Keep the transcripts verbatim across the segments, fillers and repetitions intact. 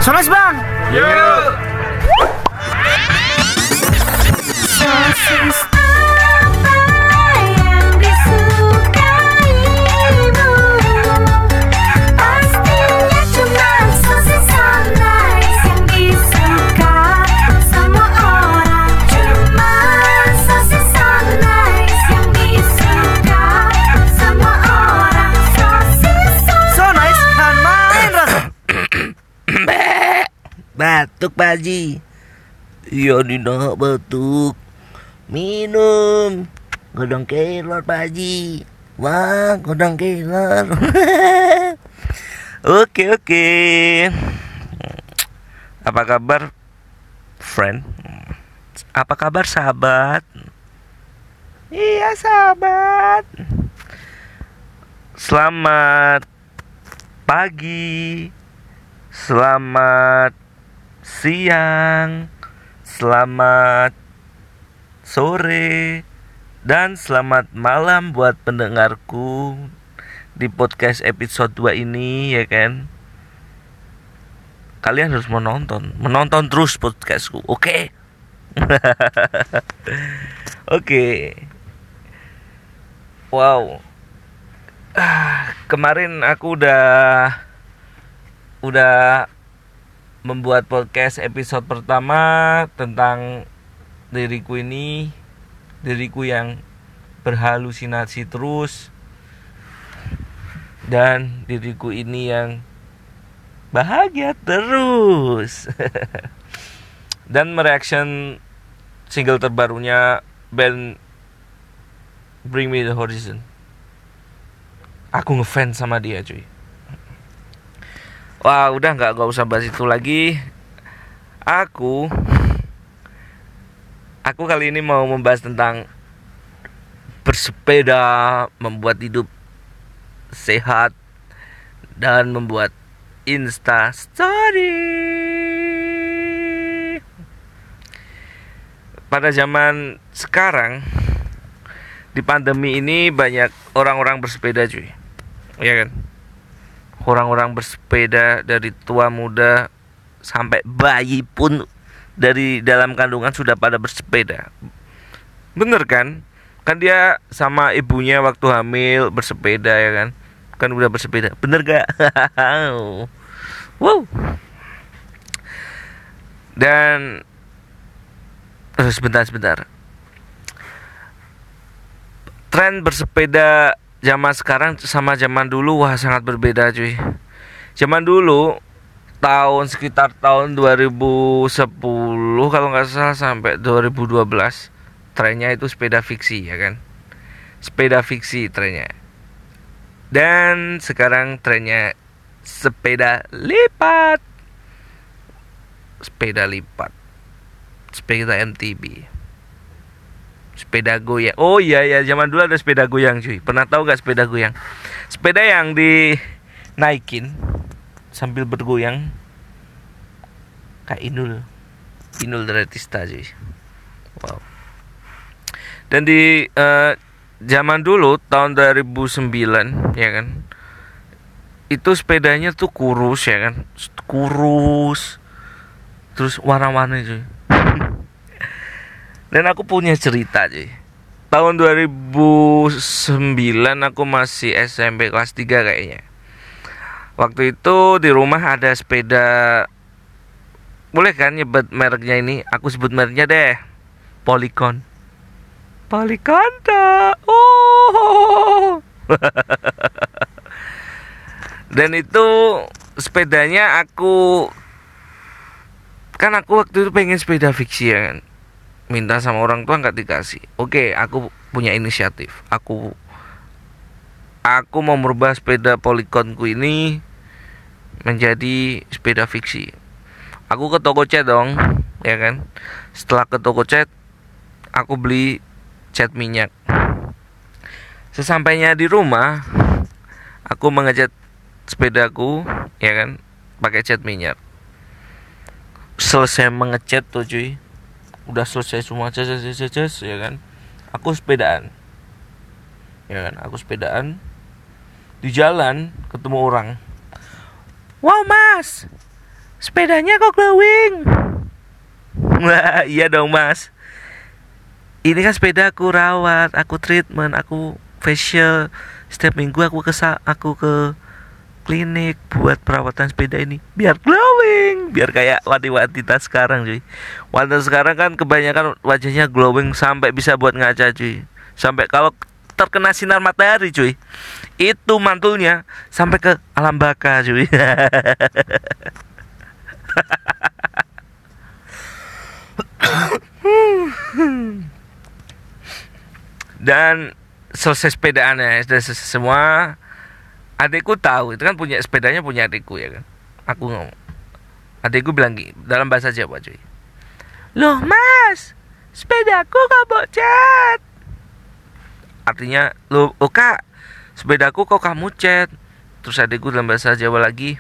Sones bang. Yuk. Sosis apa yang disukaimu? Pastinya cuma sosis Sunrise yang disuka semua orang. Cuma sosis Sunrise yang disuka semua orang. Sosis Sones kan main rasa. Batuk Pak Haji. Iya Dina batuk. Minum godong kelor Pak Haji. Wah godong kelor. Oke oke. Apa kabar friend? Apa kabar sahabat? Iya sahabat. Selamat pagi. Selamat siang, selamat sore, dan selamat malam buat pendengarku di podcast episode dua ini, ya kan? Kalian harus menonton, menonton terus podcastku, oke? Okay? Oke. Okay. Wow. Ah, kemarin aku udah udah membuat podcast episode pertama tentang diriku ini, diriku yang berhalusinasi terus, dan diriku ini yang bahagia terus. Dan mereaction single terbarunya band Bring Me The Horizon. Aku ngefans sama dia cuy. Wah udah gak, gak usah bahas itu lagi. Aku Aku kali ini mau membahas tentang bersepeda, membuat hidup sehat, dan membuat Insta Story. Pada zaman sekarang, di pandemi ini banyak orang-orang bersepeda cuy. Iya kan? Orang-orang bersepeda dari tua muda sampai bayi pun dari dalam kandungan sudah pada bersepeda. Bener kan? Kan dia sama ibunya waktu hamil bersepeda ya kan? Kan udah bersepeda. Bener gak? Wow. Dan terus sebentar sebentar. Tren bersepeda zaman sekarang sama zaman dulu wah sangat berbeda cuy. Zaman dulu tahun sekitar tahun dua ribu sepuluh kalau nggak salah sampai dua ribu dua belas trennya itu sepeda fiksi ya kan. Sepeda fiksi trennya. Dan sekarang trennya sepeda lipat. Sepeda lipat. Sepeda M T B. Sepeda goyang. Oh iya ya, zaman dulu ada sepeda goyang cuy. Pernah tahu gak sepeda goyang? Sepeda yang dinaikin sambil bergoyang kayak Inul. Inul Daratista cuy. Wow. Dan di uh, zaman dulu tahun dua ribu sembilan ya kan. Itu sepedanya tuh kurus ya kan. Kurus. Terus warna-warni cuy. Dan aku punya cerita cuy. Tahun dua ribu sembilan aku masih S M P kelas tiga kayaknya. Waktu itu di rumah ada sepeda. Boleh kan nyebut mereknya ini? Aku sebut mereknya deh. Polycon. Polycon tuh. Oh. Dan itu sepedanya aku kan aku waktu itu pengen sepeda fiksi ya kan. Minta sama orang tua nggak dikasih. Oke, aku punya inisiatif. Aku aku mau merubah sepeda Polyconku ini menjadi sepeda fiksi. Aku ke toko cat dong, ya kan. Setelah ke toko cat, aku beli cat minyak. Sesampainya di rumah, aku mengecat sepedaku, ya kan, pakai cat minyak. Selesai mengecat tuh cuy, udah selesai semua cas cas cas cas ya kan, aku sepedaan ya kan aku sepedaan di jalan ketemu orang. Wow mas, sepedanya kok glowing. Wah iya dong mas, ini kan sepeda aku rawat, aku treatment, aku facial. Setiap minggu aku ke aku ke klinik buat perawatan sepeda ini biar glowing, biar kayak wanita-wanita sekarang cuy. Wanita sekarang kan kebanyakan wajahnya glowing sampai bisa buat ngaca cuy. Sampai kalau terkena sinar matahari cuy, itu mantulnya sampai ke alam baka cuy. Dan selesai sepedaannya, sudah selesai semua. Adikku tahu, itu kan punya sepedanya punya adikku ya kan. Aku ngomong, adikku bilang gini, dalam bahasa Jawa cuy. Loh mas, sepedaku kok bocet. Artinya, loh oh kak, sepedaku kok kamu cat. Terus adikku dalam bahasa Jawa lagi,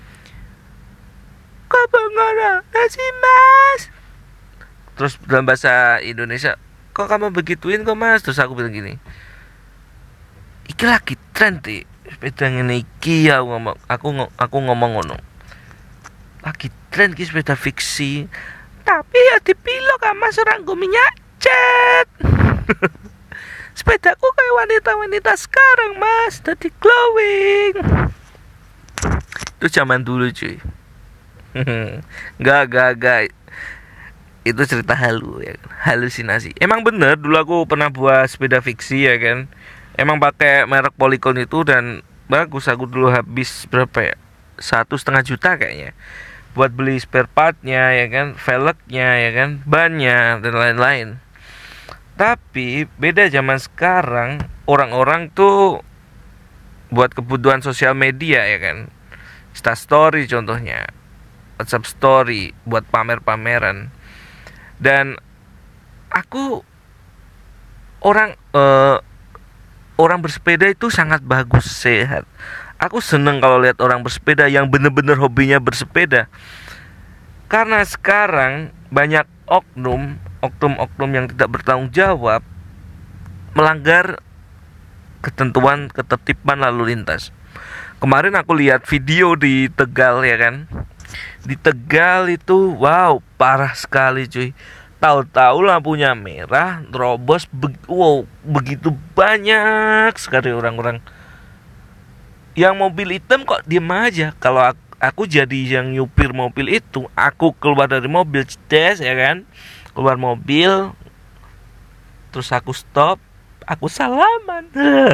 kok bengong sih mas. Terus dalam bahasa Indonesia, kok kamu begituin kok mas. Terus aku bilang gini, iki lagi tren ti sepeda ngene iki ya, aku ngomong aku aku ngomong ngono, lagi tren ki sepeda fiksi, tapi ya dipilok kan mas, orang gue minyak cat. Sepedaku kayak wanita-wanita sekarang mas, tadi glowing. Itu zaman dulu cuy. Gak gak gak itu cerita halu ya kan? Halusinasi. Emang bener dulu aku pernah buat sepeda fiksi ya kan. Emang pakai merek Polycon itu dan bagus. Aku dulu habis berapa ya, satu setengah juta kayaknya buat beli spare partnya ya kan, velgnya ya kan, bannya dan lain-lain. Tapi beda zaman sekarang, orang-orang tuh buat kebutuhan sosial media ya kan, Insta story contohnya, WhatsApp story buat pamer-pameran. Dan aku orang uh, orang bersepeda itu sangat bagus, sehat. Aku seneng kalau lihat orang bersepeda yang bener-bener hobinya bersepeda. Karena sekarang banyak oknum, oknum-oknum yang tidak bertanggung jawab melanggar ketentuan ketertiban lalu lintas. Kemarin aku lihat video di Tegal ya kan. Di Tegal itu wow, parah sekali cuy. Tahu-tahu lampunya merah, terobos, be- wow, begitu banyak sekali orang-orang. Yang mobil hitam kok diem aja. Kalau aku, aku jadi yang nyupir mobil itu, aku keluar dari mobil, cedes ya kan, keluar mobil, terus aku stop, aku salaman.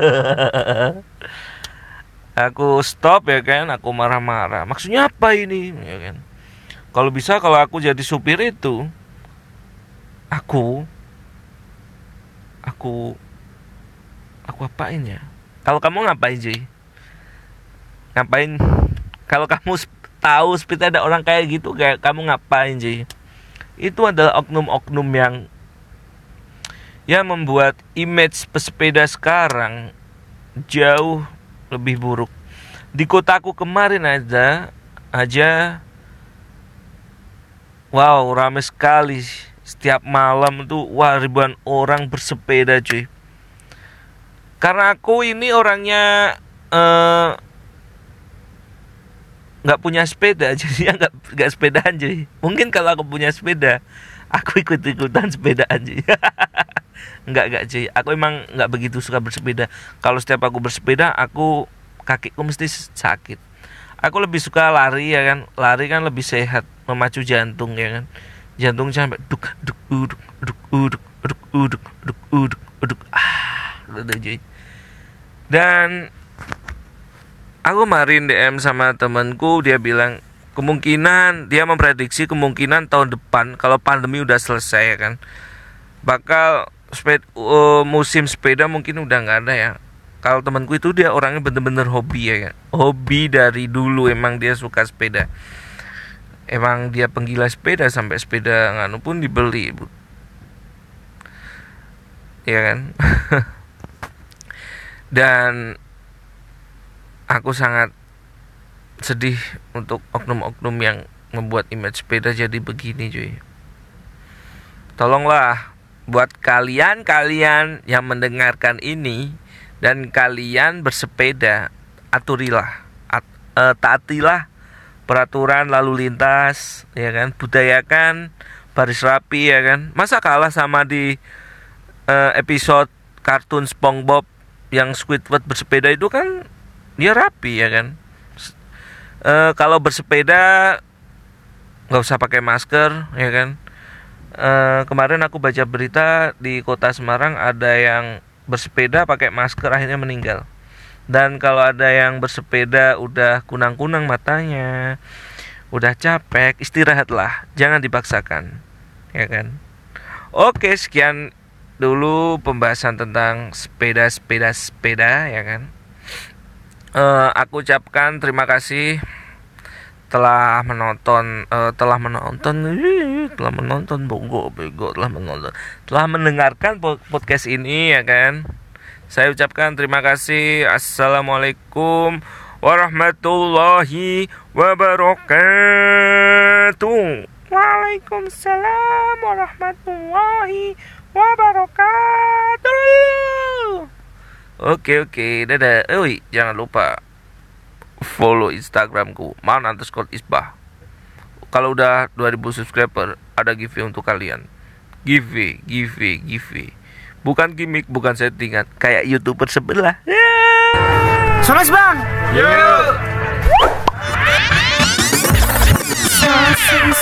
Aku stop ya kan, aku marah-marah. Maksudnya apa ini? Ya kan. Kalau bisa kalau aku jadi supir itu, aku aku aku apain ya? Kalau kamu ngapain cuy? Ngapain? Kalau kamu tahu seperti ada orang kayak gitu, kayak kamu ngapain cuy? Itu adalah oknum-oknum yang yang membuat image pesepeda sekarang jauh lebih buruk. Di kotaku kemarin aja aja wow, ramai sekali. Setiap malam tuh wah, ribuan orang bersepeda cuy. Karena aku ini orangnya eh, nggak punya sepeda, jadi nggak nggak sepedaan cuy. Mungkin kalau aku punya sepeda, aku ikut ikutan sepedaan cuy. Nggak nggak cuy. Aku emang nggak begitu suka bersepeda. Kalau setiap aku bersepeda, aku kakiku mesti sakit. Aku lebih suka lari ya kan. Lari kan lebih sehat, memacu jantung ya kan. Jantung sampai duk duk uduk duk uduk duk uduk duk uduk uduk ah gitu cuy. Dan aku kemarin D M sama temanku, dia bilang kemungkinan dia memprediksi kemungkinan tahun depan kalau pandemi udah selesai ya kan, bakal sepeda, uh, musim sepeda mungkin udah nggak ada ya. Kalau temanku itu dia orangnya bener-bener hobi ya kan, hobi dari dulu emang dia suka sepeda. Emang dia penggila sepeda, sampai sepeda nganu pun dibeli, Bu. Ya kan? Dan aku sangat sedih untuk oknum-oknum yang membuat image sepeda jadi begini, cuy. Tolonglah buat kalian-kalian yang mendengarkan ini dan kalian bersepeda, aturilah, at, uh, taatilah peraturan lalu lintas, ya kan, budayakan baris rapi, ya kan. Masa kalah sama di uh, episode kartun SpongeBob yang Squidward bersepeda itu kan dia rapi, ya kan. Uh, kalau bersepeda nggak usah pakai masker, ya kan. Uh, kemarin aku baca berita di kota Semarang ada yang bersepeda pakai masker akhirnya meninggal. Dan kalau ada yang bersepeda udah kunang-kunang matanya, udah capek, istirahatlah, jangan dipaksakan, ya kan. Oke, sekian dulu pembahasan tentang sepeda-sepeda sepeda, ya kan. Uh, aku ucapkan terima kasih telah menonton, uh, telah menonton, telah menonton, bongo, bego, telah menonton, telah mendengarkan podcast ini, ya kan. Saya ucapkan terima kasih. Assalamualaikum warahmatullahi wabarakatuh. Waalaikumsalam warahmatullahi wabarakatuh. Oke oke, dadah. Oi, jangan lupa follow Instagramku man underscore isbah. Kalau udah dua ribu subscriber ada giveaway untuk kalian. Giveaway, giveaway, giveaway. Bukan gimmick, bukan settingan, kayak YouTuber sebelah. Yeah. Sones bang. Sosis